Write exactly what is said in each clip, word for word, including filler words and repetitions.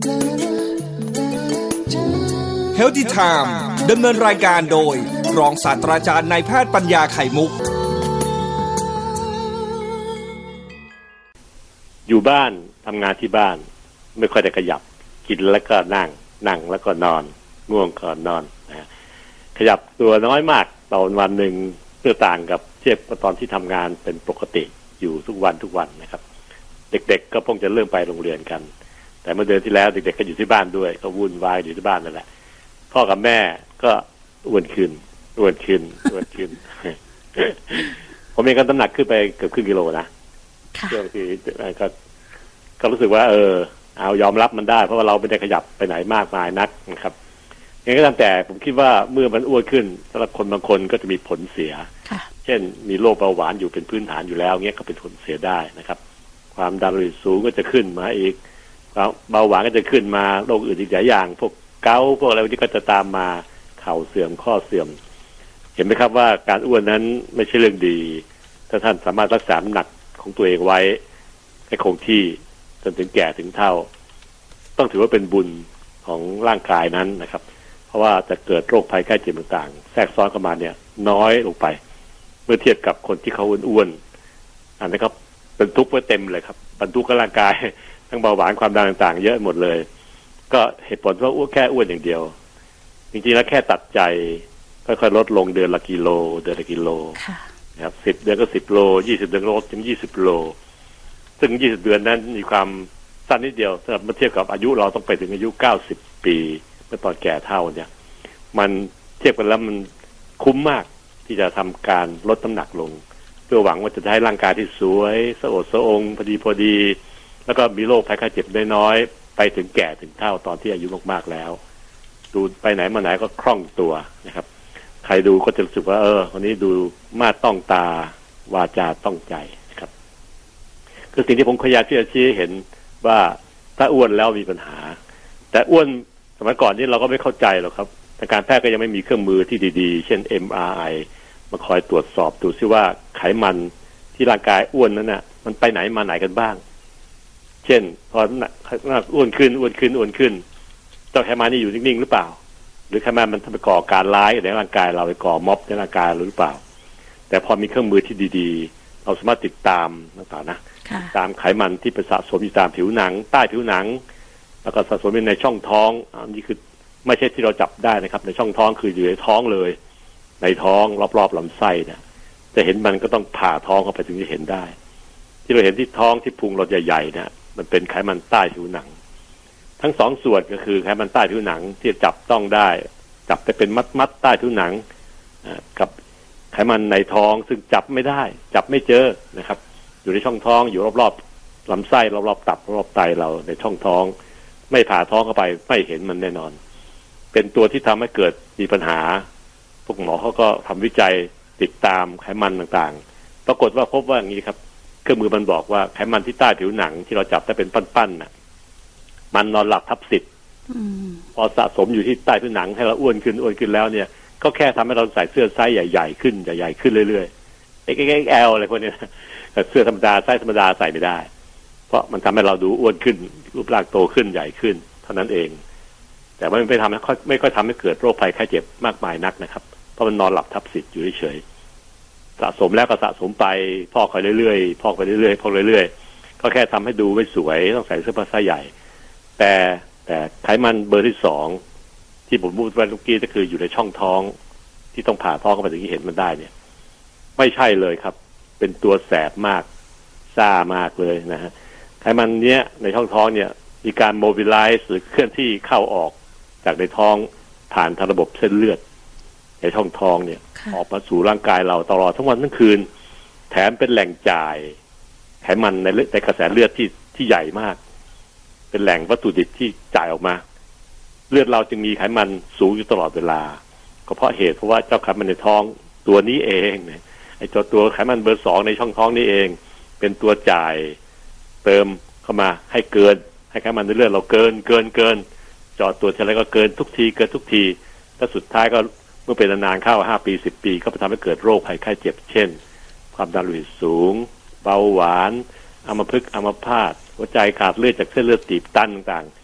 Healthy Time ดำเนินรายการโดยรองศาสตราจารย์นายแพทย์ปัญญาไข่มุกอยู่บ้านทำงานที่บ้านไม่ค่อยได้ขยับกินแล้วก็นั่งนั่งแล้วก็นอนง่วงก็นอนนะขยับตัวน้อยมากต่อวันหนึ่งเพื่อต่างกับเทียบกับตอนที่ทำงานเป็นปกติอยู่ทุกวันทุกวันนะครับเด็กๆก็คงจะเริ่มไปโรงเรียนกันแต่เมื่อเดือนที่แล้วเด็กๆก็อยู่ที่บ้านด้วยก็วุ่นวายอยู่ที่บ้านนั่นแหละพ่อกับแม่ก็อ้วนขึ้นอ้วนขึ้นอ้วนขึ้น ผมเองก็น้ำหนักขึ้นไปเกือบครึ่งกิโลนะเรื่องที่ก็ก็รู้สึกว่าเออเอายอมรับมันได้เพราะว่าเราไม่ได้ขยับไปไหนมากมายนักนะครับอย่างก็ตามแต่ผมคิดว่าเมื่อมันอ้วนขึ้นสำหรับคนบางคนก็จะมีผลเสียเช่นมีโรคเบาหวานอยู่เป็นพื้นฐานอยู่แล้วเงี้ยก็เป็นผลเสียได้นะครับความดันโลหิตสูงก็จะขึ้นมาอีกความเบาหวานก็จะขึ้นมาโรคอื่นอีกหลายอย่างพวกเกาต์พวกอะไรที่ก็จะตามมาเข่าเสื่อมข้อเสื่อมเห็นไหมครับว่าการอ้วนนั้นไม่ใช่เรื่องดีถ้าท่านสามารถรักษาน้ำหนักของตัวเองไว้ให้คงที่จนถึงแก่ถึงเฒ่าต้องถือว่าเป็นบุญของร่างกายนั้นนะครับเพราะว่าจะเกิดโรคภัยไข้เจ็บต่างๆแทรกซ้อนเข้ามาเนี่ยน้อยลงไปเมื่อเทียบกับคนที่เขาอ้วนๆอันนี้ก็เป็นทุกข์ไว้เต็มเลยครับบรรทุกกับร่างกายทั้งเบาหวานความดันต่างๆเยอะหมดเลยก็เหตุผลว่าอ้วนแค่อ้วนอย่างเดียวจริงๆแล้วแค่ตัดใจค่อยๆลดลงเดือนละกิโลเดือนละกิโลนะครับสิบเดือนก็สิบโลยี่สิบเดือนก็ลดถึงยี่สิบโลซึ่งยี่สิบเดือนนั้นมีความสั้นนิดเดียวถ้าเมื่อเทียบกับอายุเราต้องไปถึงอายุเก้าสิบปีเมื่อตอนแก่เฒ่าเนี่ยมันเทียบกันแล้วมันคุ้มมากที่จะทำการลดน้ำหนักลงเพื่อหวังว่าจะให้ร่างกายที่สวยสะโอดสะองพอดีพอดีแล้วก็มีโรคภัยไข้เจ็บน้อยๆไปถึงแก่ถึงเฒ่าตอนที่อายุมากๆแล้วดูไปไหนมาไหนก็คล่องตัวนะครับใครดูก็จะรู้สึกว่าเออคนนี้ดูมาต้องตาวาจาต้องใจนะครับคือสิ่งที่ผมพยายามที่จะชี้ให้เห็นว่าถ้าอ้วนแล้วมีปัญหาแต่อ้วนสมัยก่อนนี่เราก็ไม่เข้าใจหรอกครับทางการแพทย์ก็ยังไม่มีเครื่องมือที่ดีๆเช่น เอ็ม อาร์ ไอ มาคอยตรวจสอบดูซิว่าไขมันที่ร่างกายอ้วนนั้นน่ะมันไปไหนมาไหนกันบ้างเช่นพอน้ำหนักอ้วนขึ้นอ้วนขึ้นอ้วนขึ้นเจ้าไขมันนี่อยู่นิ่งๆหรือเปล่าหรือไขมันมันไปก่อการร้ายในร่างกายเราไปก่อม็อบในร่างกายหรือเปล่าแต่พอมีเครื่องมือที่ดีๆเราสามารถติดตามต่างๆนะตามไขมันที่ไปสะสมอยู่ตามผิวหนังใต้ผิวหนังแล้วก็สะสมอยู่ในช่องท้องอันนี้คือไม่ใช่ที่เราจับได้นะครับในช่องท้องคืออยู่ในท้องเลยในท้องรอบๆลำไส้เนี่ยจะเห็นมันก็ต้องผ่าท้องเข้าไปถึงจะเห็นได้ที่เราเห็นที่ท้องที่พุงเราใหญ่ๆเนี่ยมันเป็นไขมันใต้ผิวหนังทั้งสองส่วนก็คือไขมันใต้ผิวหนังที่จับต้องได้จับไปเป็นมัดๆใต้ผิวหนังกับไขมันในท้องซึ่งจับไม่ได้จับไม่เจอนะครับอยู่ในช่องท้องอยู่รอบๆลำไส้รอบๆตับรอบๆไตเราในช่องท้องไม่ผ่าท้องเข้าไปไม่เห็นมันแน่นอนเป็นตัวที่ทำให้เกิดมีปัญหาพวกหมอเขาก็ทำวิจัยติดตามไขมันต่างๆปรากฏว่าพบว่าอย่างนี้ครับเครื่องมือมันบอกว่าไขมันที่ใต้ผิวหนังที่เราจับได้เป็นปั้นๆน่ะมันนอนหลับทับสิทธิ์พอสะสมอยู่ที่ใต้ผิวหนังให้เราอ้วนขึ้นอ้วนขึ้นแล้วเนี่ยก็แค่ทำให้เราใส่เสื้อไซส์ใหญ่ๆขึ้นใหญ่ๆขึ้นเรื่อยๆ เอ็กซ์ เอ็กซ์ แอล อะไรพวกนี้แต่เสื้อธรรมดาไซส์ธรรมดาใส่ไม่ได้เพราะมันทำให้เราดูอ้วนขึ้นรูปร่างโตขึ้นใหญ่ขึ้นเท่านั้นเองแต่ไม่ไปทำให้ไม่ค่อยทำให้เกิดโรคภัยไข้เจ็บมากมายนักนะครับเพราะมันนอนหลับทับสิทธิ์อยู่เฉยๆสะสมแล้วก็สะสมไปพอกไปเรื่อยๆพอกไปเรื่อยๆพอกเรื่อยๆก็แค่ทำให้ดูไม่สวยต้องใส่เสื้อผ้าไซส์ใหญ่แต่แต่ไขมันเบอร์ที่สองที่ผมพูดไว้เมื่อกี้ก็คืออยู่ในช่องท้องที่ต้องผ่าท้องเข้าไปถึงที่เห็นมันได้เนี่ยไม่ใช่เลยครับเป็นตัวแสบมากซ่ามากเลยนะฮะไขมันเนี้ยในช่องท้องเนี่ยมีการโมบิลไลซ์หรือเคลื่อนที่เข้าออกจากในท้องผ่านทางระบบเส้นเลือดในช่องท้องเนี่ยออกมาสู่ร่างกายเราตลอดทั้งวันทั้งคืนแถมเป็นแหล่งจ่ายไขมันในในกระแสเลือดที่ที่ใหญ่มากเป็นแหล่งวัตถุดิบที่จ่ายออกมาเลือดเราจึงมีไขมันสูงอยู่ตลอดเวลาก็เพราะเหตุเพราะว่าเจ้าไขมันในท้องตัวนี้เองเนี่ยไอ้เจ้าตัวไขมันเบอร์สองในช่องท้องนี้เองเป็นตัวจ่ายเติมเข้ามาให้เกินให้ไขมันในเลือดเราเกินเกินเกินจอดตัวอะไรก็เกินทุกทีเกินทุกทีแล้วสุดท้ายก็เมื่อเป็นนานๆเข้าห้าปีสิบปีก็ไปทำให้เกิดโรคภัยไข้เจ็บเช่นความดันโลหิตสูงเบาหวานอัมพฤกษ์อัมพาตหัวใจขาดเลือดจากเส้นเลือดตีบตันต่างๆ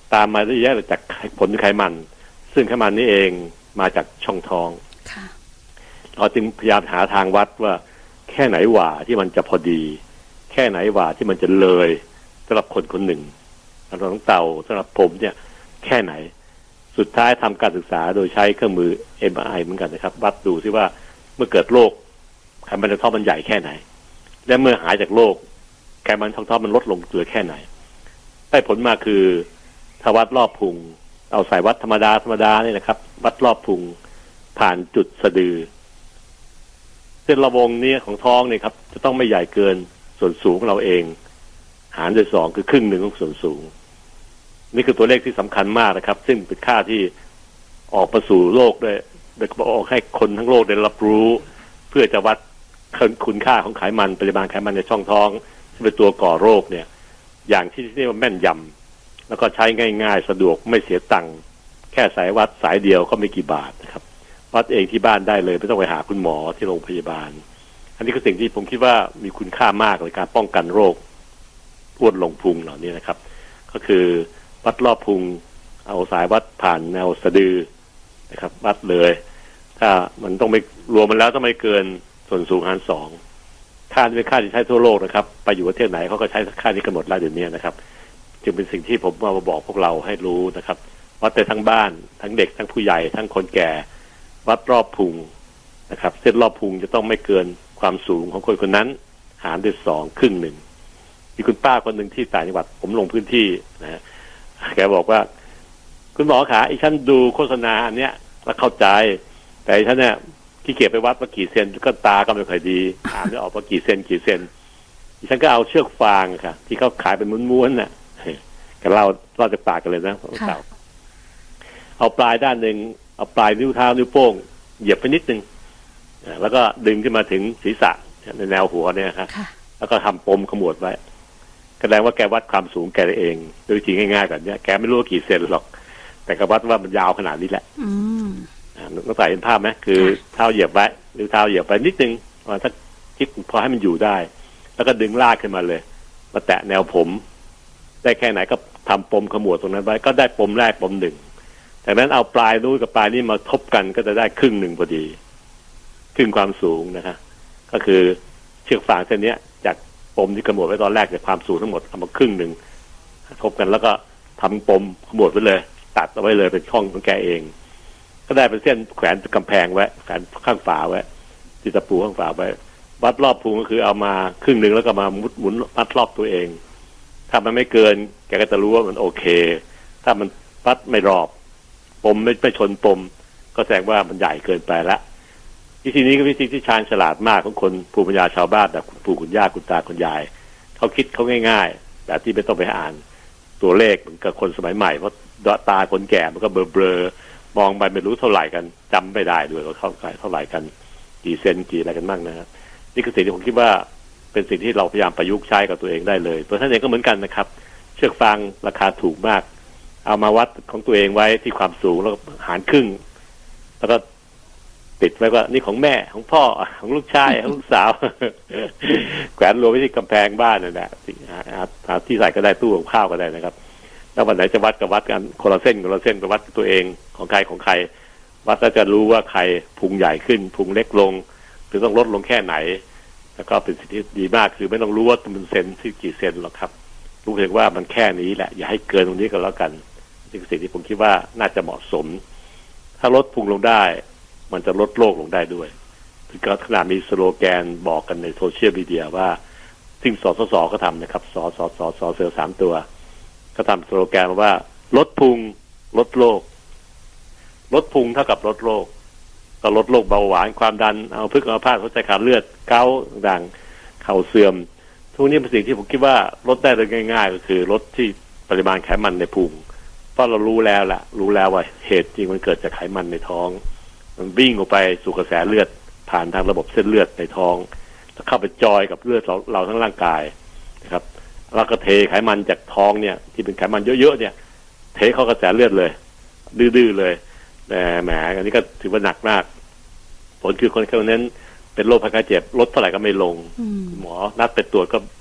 ตามมาด้วยแยกจากผลไขมันซึ่งไขมันนี้เองมาจากช่องท้องเราจึงพยายามหาทางวัดว่าแค่ไหนหว่าที่มันจะพอดีแค่ไหนหว่าที่มันจะเลยสำหรับคนคนหนึ่งสำหรับน้องเต่าสำหรับผมเนี่ยแค่ไหนสุดท้ายทำการศึกษาโดยใช้เครื่องมือ เอ็ม อาร์ ไอ เหมือนกันนะครับวัดดูซิว่าเมื่อเกิดโรคไขมันในท้องมันใหญ่แค่ไหนและเมื่อหายจากโรคไขมันท้องท้องมันลดลงเหลือแค่ไหนได้ผลมาคือถ้าวัดรอบพุงเอาสายวัดธรรมดาธรรมดานี่นะครับวัดรอบพุงผ่านจุดสะดือเส้นระวงนี้ของท้องเนี่ยครับจะต้องไม่ใหญ่เกินส่วนสูงของเราเองหารด้วยสองคือครึ่งหนึ่งของส่วนสูงนี่คือตัวเลขที่สำคัญมากนะครับซึ่งเป็นค่าที่ออกมาสู่โลกด้วยโดยบอกออกให้คนทั้งโลกได้รับรู้เพื่อจะวัดคุณค่าของไขมันปริมาณไขมันในช่องท้องที่เป็นตัวก่อโรคเนี่ยอย่างที่เรียกว่าแม่นยำแล้วก็ใช้ง่ายๆสะดวกไม่เสียตังค์แค่สายวัดสายเดียวก็ไม่กี่บาทนะครับวัดเองที่บ้านได้เลยไม่ต้องไปหาคุณหมอที่โรงพยาบาลอันนี้คือสิ่งที่ผมคิดว่ามีคุณค่ามากในการป้องกันโรคอ้วนลงพุงเหล่านี้นะครับก็คือวัดรอบพุงเอาสายวัดผ่านแนวสะดือนะครับวัดเลยถ้ามันต้องไม่รวมมันแล้วต้องไม่เกินส่วนสูงหารสองค่าที่เป็นค่าที่ใช้ทั่วโลกนะครับไปอยู่ประเทศไหนเขาก็ใช้ค่านี้กันหมดแล้วเดี๋ยวนี้นะครับจึงเป็นสิ่งที่ผมมาบอกพวกเราให้รู้นะครับวัดไปทั้งบ้านทั้งเด็กทั้งผู้ใหญ่ทั้งคนแก่วัดรอบพุงนะครับเส้นรอบพุงจะต้องไม่เกินความสูงของคนคนนั้นหารด้วยสองครึ่งหนึ่งมีคุณป้าคนหนึ่งที่ต่างจังหวัดผมลงพื้นที่นะฮะแกบอกว่าคุณหมอขาไอ้ฉันดูโฆษณาอันเนี้ยแล้วเข้าใจแต่ฉันเนี่ยที่เก็บไปวัดว่ากี่เซนก็ตาก็ไม่ค่อยดีถามได้ออกว่ากี่เซนกี่เซนฉันก็เอาเชือกฟางค่ะที่เขาขายเป็นม้วนๆน่ะกันเล่าเล่าจากปากกันเลยนะเต่าเอาปลายด้านหนึ่งเอาปลายนิ้วเท้านิ้วโป้งเหยียบไปนิดนึงแล้วก็ดึงขึ้นมาถึงศีรษะในแนวหัวเนี่ยครับแล้วก็ทำปมขมวดไว้แสดงว่าแกวัดความสูงแกเองโดยวิธีง่ายๆแบบนี้แกไม่รู้ว่ากี่เซนหรอกแต่ก็วัดว่ามันยาวขนาดนี้แหละน้องสายเห็นภาพไหมคือเท้าเหยียบไว้นิ้วเท้าเหยียบไปนิดนึงถ้าคิดพอให้มันอยู่ได้แล้วก็ดึงลากขึ้นมาเลยมาแตะแนวผมได้แค่ไหนก็ทำปมขมวดตรงนั้นไว้ก็ได้ปมแรกปมหนึ่งจากนั้นเอาปลายนู้นกับปลายนี้มาทบกันก็จะได้ครึ่งหนึ่งพอดีครึ่งความสูงนะฮะก็คือเชือกฟางเส้นนี้จากปมที่ขมวดไว้ตอนแรกจากความสูงทั้งหมดเอามาครึ่งหนึ่งทบกันแล้วก็ทำปมขมวดไว้เลยตัดเอาไว้เลยเป็นช่องของแกเองก็ได้เป็นเส้นแขวนกำแพงไว้แขวนข้างฝาไว้ที่ตะปูข้างฝาไว้วัดรอบพุงก็คือเอามาครึ่งหนึ่งแล้วก็มามุดหมุนวัดรอบตัวเองถ้ามันไม่เกินแกก็จะรู้ว่ามันโอเคถ้ามันวัดไม่รอบปมไม่ไม่ชนปมก็แสดงว่ามันใหญ่เกินไปละวิธีนี้ก็วิธีที่ชาญฉลาดมากของคนภูมิปัญญาชาวบ้านแบบคุณปู่คุณย่าคุณตาคุณยายเขาคิดเขาง่ายๆแบบที่ไม่ต้องไปอ่านตัวเลขเหมือนกับคนสมัยใหม่เพราะตาคนแก่มันก็เบลอๆมองไปไม่รู้เท่าไหร่กันจำไม่ได้ด้วยว่าเข้าเท่าไหร่กันกี่เซนกี่อะไรกันบ้างนะครับนี่คือสิ่งที่ผมคิดว่าเป็นสิ่งที่เราพยายามประยุกต์ใช้กับตัวเองได้เลยตัวท่านเองก็เหมือนกันนะครับเชือกฟางราคาถูกมากเอามาวัดของตัวเองไว้ที่ความสูงแล้วหารครึ่งแล้วก็ติดไว้ว่านี่ของแม่ของพ่อของลูกชายของลูกสาวแขวนรวมไว้ที่กำแพงบ้านนั่นแหละหาที่ใส่ก็ได้ตู้ของข้าวก็ได้นะครับแล้ววันไหนจะวัดก็วัดกันคนละเส้นคนละเส้นก็วัดตัวเองของใครของใครวัดแล้วจะรู้ว่าใครพุงใหญ่ขึ้นพุงเล็กลงหรือต้องลดลงแค่ไหนแล้วก็เป็นสิ่งที่ดีมากคือไม่ต้องรู้ว่ามันเซนที่กี่เซนหรอกครับรู้เพียงว่ามันแค่นี้แหละอย่าให้เกินตรงนี้ก็แล้วกันนี่คือสิ่งที่ผมคิดว่าน่าจะเหมาะสมถ้าลดพุงลงได้มันจะลดโรคลงได้ด้วยถึงขนาดมีสโลแกนบอกกันในโซเชียลมีเดียว่าสิ่งสสสก็ทำนะครับสสสสเสือสามตัวก็ทำสโลแกนว่าลดพุงลดโรคลดพุงเท่ากับลดโรคก็ลดโรคเบาหวานความดันเอาพึกเอาพาดหัวใจขาดเลือดเกาต์ต่างๆเข่าเสื่อมทุกนี้เป็นสิ่งที่ผมคิดว่าลดได้โดยง่ายๆก็คือลดที่ปริมาณไขมันในพุงเพราะเรารู้แล้วแหละรู้แล้วว่าเหตุจริงมันเกิดจากไขมันในท้องมันวิ่งออกไปสู่กระแสเลือดผ่านทางระบบเส้นเลือดในท้องแล้วเข้าไปจอยกับเลือดเราทั้งร่างกายนะครับแล้วก็เทไขมันจากท้องเนี่ยที่เป็นไขมันเยอะๆเนี่ยเทเข้ากระแสเลือดเลยดื้อๆเลยแต่แหมอันนี้ก็ถือว่าหนักมากผลคือคนคนนั้นเป็นโรคภัยไข้เจ็บลดเท่าไหร่ก็ไม่ลงหมอนัดไปตรวจก็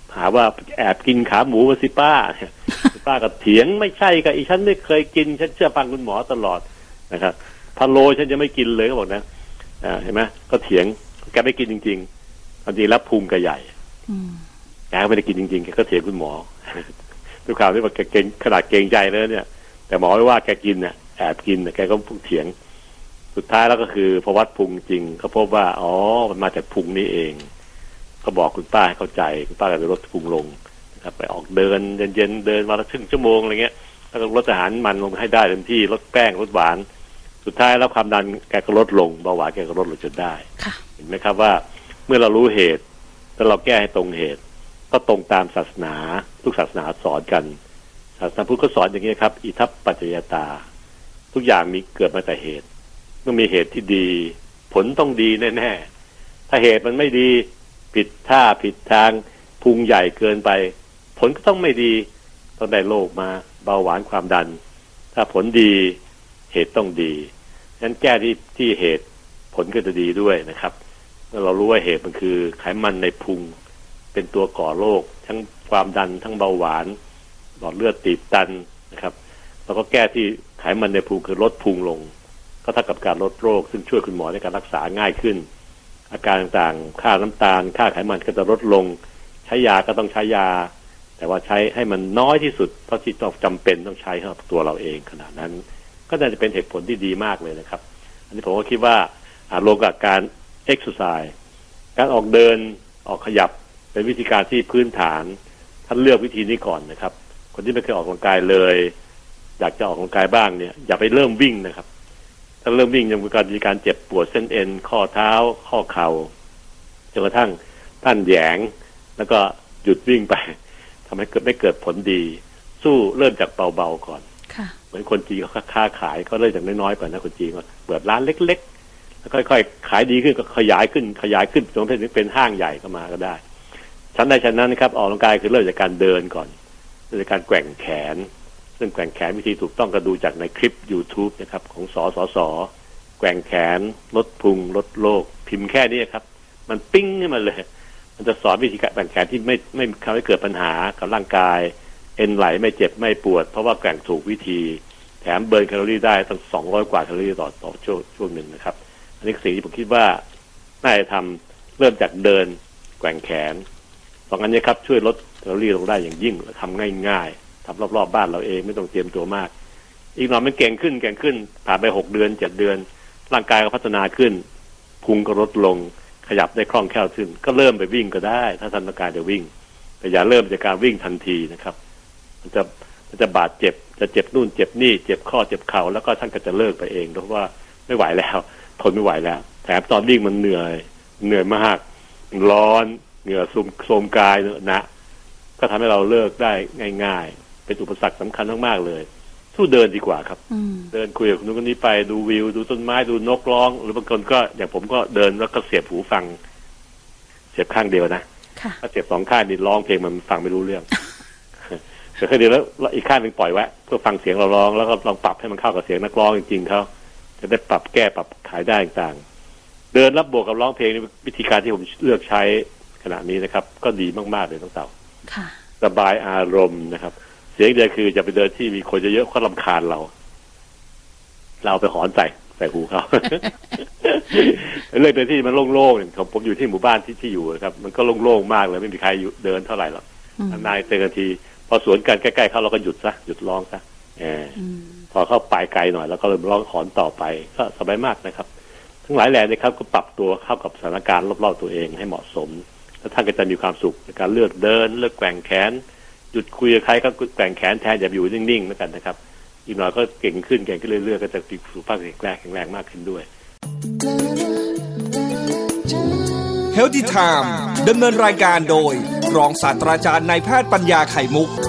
หาว่าแอบกินขาหมูมาสิป้าป้าก็เถียงไม่ใช่ก็อีฉันไม่เคยกินฉันเชื่อฟังคุณหมอตลอดนะครับพะโล้ฉันจะไม่กินเลยก็บอกนะอ่าเห็นไหมก็เถียงแกไม่กินจริงๆความจริงแล้วพุงแกใหญ่แกไม่ได้กินจริงๆแกก็เถียงคุณหมอทุกคราวที่ว่าแกเก่งขนาดเกรงใจเลยเนี่ยแต่หมอไม่ว่าแกกินเนี่ยแอบกินแกก็เถียงสุดท้ายแล้วก็คือพอวัดพุงจริงก็พบว่าอ๋อมันมาจากพุงนี่เองก็บอกคุณป้าให้เข้าใจคุณป้าก็เลยลดพุงลงนะครับไปออกเดินเย็นๆเดินวันละครึ่งชั่วโมงอะไรเงี้ยแล้วก็ลดอาหารมันลงให้ได้เต็มที่ลดแป้งลดหวานสุดท้ายแล้วความดันแกก็ลดลงเบาหวานแกก็ลดลงจนได้เห็นไหมครับว่าเมื่อเรารู้เหตุแล้วเราแก้ให้ตรงเหตุก็ตรงตามศาสนาทุกศาสนาสอนกันศาสนาพุทธก็สอนอย่างนี้ครับอิทัปปัจจยตาทุกอย่างมีเกิดมาแต่เหตุเมื่อมีเหตุที่ดีผลต้องดีแน่ๆถ้าเหตุมันไม่ดีผิดท่าผิดทางพุงใหญ่เกินไปผลก็ต้องไม่ดีต้องได้โรคมาเบาหวานความดันถ้าผลดีเหตุต้องดีฉะนั้นแก้ที่ที่เหตุผลก็จะดีด้วยนะครับเมื่อเรารู้ว่าเหตุมันคือไขมันในพุงเป็นตัวก่อโรคทั้งความดันทั้งเบาหวานหลอดเลือดตีบตันนะครับเราก็แก้ที่ไขมันในพุงคือลดพุงลงก็เท่ากับการลดโรคซึ่งช่วยคุณหมอในการรักษาง่ายขึ้นอาการต่างๆค่าน้ำตาลค่าไขมันก็จะลดลงใช้ยาก็ต้องใช้ยาแต่ว่าใช้ให้มันน้อยที่สุดเพราะที่ต้องจำเป็นต้องใช้กับตัวเราเองขนาดนั้นก็น่าจะเป็นเหตุผลที่ดีมากเลยนะครับอันนี้ผมก็คิดว่าารวมกับการเอ็กซ์ไซส์การออกเดินออกขยับเป็นวิธีการที่พื้นฐานท่านเลือกวิธีนี้ก่อนนะครับคนที่ไม่เคยออกกำลังกายเลยอยากจะออกกำลังกายบ้างเนี่ยอย่าไปเริ่มวิ่งนะครับถ้าเริ่มวิ่งยังมีการมีการเจ็บปวดเส้นเอ็นข้อเท้าข้อเข่าจนกระทั่งท่านแหยงแล้วก็หยุดวิ่งไปทำให้เกิดไม่เกิดผลดีสู้เริ่มจากเบาๆก่อนเหมือนคนจีนเขาค้าขายก็เริ่มจากน้อยๆก่อนนะคนจีนก็เปิดร้านเล็กๆแล้วค่อยๆขายดีขึ้นก็ขยายขึ้นขยายขึ้นจนถึงเป็นห้างใหญ่ก็มาก็ได้ชั้นใดชั้นนั้นนะครับออกกำลังกายคือเริ่มจากการเดินก่อนเริ่มจากการแกว่งแขนซึ่งแกว่งแขนวิธีถูกต้องก็ดูจากในคลิป YouTube นะครับของสสสแกว่งแขนลดพุงลดโรคพิมพ์แค่นี้ครับมันปิ้งขึ้นมาเลยมันจะสอนวิธีการแกว่งแขนที่ไม่ไม่ทำให้เกิดปัญหากับร่างกายเอ็นไหลไม่เจ็บไม่ปวดเพราะว่าแกว่งถูกวิธีแถมเบิร์นแคลอรี่ได้ตั้งสองร้อยกว่าแคลอรี่ต่อต่อช่วงช่วงหนึ่งนะครับอันนี้สิ่งที่ผมคิดว่าน่าจะทำเริ่มจากเดินแกว่งแขนสองอันนี้ครับช่วยลดแคลอรี่ลงได้อย่างยิ่งทำง่ายๆทำรอบๆบ้านเราเองไม่ต้องเตรียมตัวมากอีกหน่อยมันเก่งขึ้นเก่งขึ้นผ่านไปหกเดือนเจ็ดเดือนร่างกายก็พัฒนาขึ้นพุงก็ลดลงขยับได้คล่องแคล่วขึ้นก็เริ่มไปวิ่งก็ได้ถ้าท่านต้องการจะวิ่งแต่อย่าเริ่มจากการวิ่งทันทีนะครับมันจะมันจะบาดเจ็บจะเจ็บนู่นเจ็บนี่เจ็บข้อเจ็บเข่าแล้วก็ท่านก็จะเลิกไปเองเพราะว่าไม่ไหวแล้วทนไม่ไหวแล้วแถมตอนวิ่งมันเหนื่อยเหนื่อยมากร้อนเหงื่อซุมโทรมกายนะก็ทำให้เราเลิกได้ง่ายๆเป็นอุปสรรคสำคัญมากๆเลยสู้เดินดีกว่าครับเดินคุยกับคนนู้นคนนี้ไปดูวิวดูต้นไม้ดูนกร้องหรือบางคนก็อย่างผมก็เดินแล้วก็เสียบหูฟังเสียบข้างเดียวนะถ้าเสียบสองข้างนี่ร้องเพลงมันฟังไม่รู้เรื่องเสียบข้างเดียวแล้วอีกข้างหนึ่งปล่อยไว้เพื่อฟังเสียงเราร้องแล้วก็ลองปรับให้มันเข้ากับเสียงนักร้องจริงๆเขาจะได้ปรับแก้ปรับขายได้ต่างๆเดินรับบวกกับร้องเพลงนี่วิธีการที่ผมเลือกใช้ขณะนี้นะครับก็ดีมากๆเลยทั้งเต่าสบายอารมณ์นะครับเสียงเดียวคือจะไปเดินที่มีคนเยอะๆเขารำคาญเราเราไปหอนใส่ใส่หูเขา เรื่องเดินที่มันโล่งๆเนี่ยผมอยู่ที่หมู่บ้านที่ที่อยู่นะครับมันก็โล่งๆมากเลยไม่มีใครเดินเท่าไหร่หรอกนายเตือนทีพอสวนกันใกล้ๆเขาเราก็หยุดซะหยุดร้องซะเออพอเข้าไปไกลหน่อยแล้วก็เริ่มร้องหอนต่อไปก็สบายมากนะครับทั้งหลายแหล่นะครับก็ปรับตัวเข้ากับสถานการณ์รอบๆตัวเองให้เหมาะสมแล้วท่านก็จะมีความสุขในการเลือกเดินเลือกแกว่งแขนหยุดคุยกับใครก็แกว่งแขนแทนอย่าอยู่นิ่งๆแล้วกันนะครับอีกหน่อยก็เก่งขึ้นเก่งขึ้นเรื่อยๆก็จะมีสุขภาพแข็งแรงแข็งแรงมากขึ้นด้วย Healthy Time ดำเนินรายการโดยรองศาสตราจารย์นายแพทย์ปัญญาไข่มุก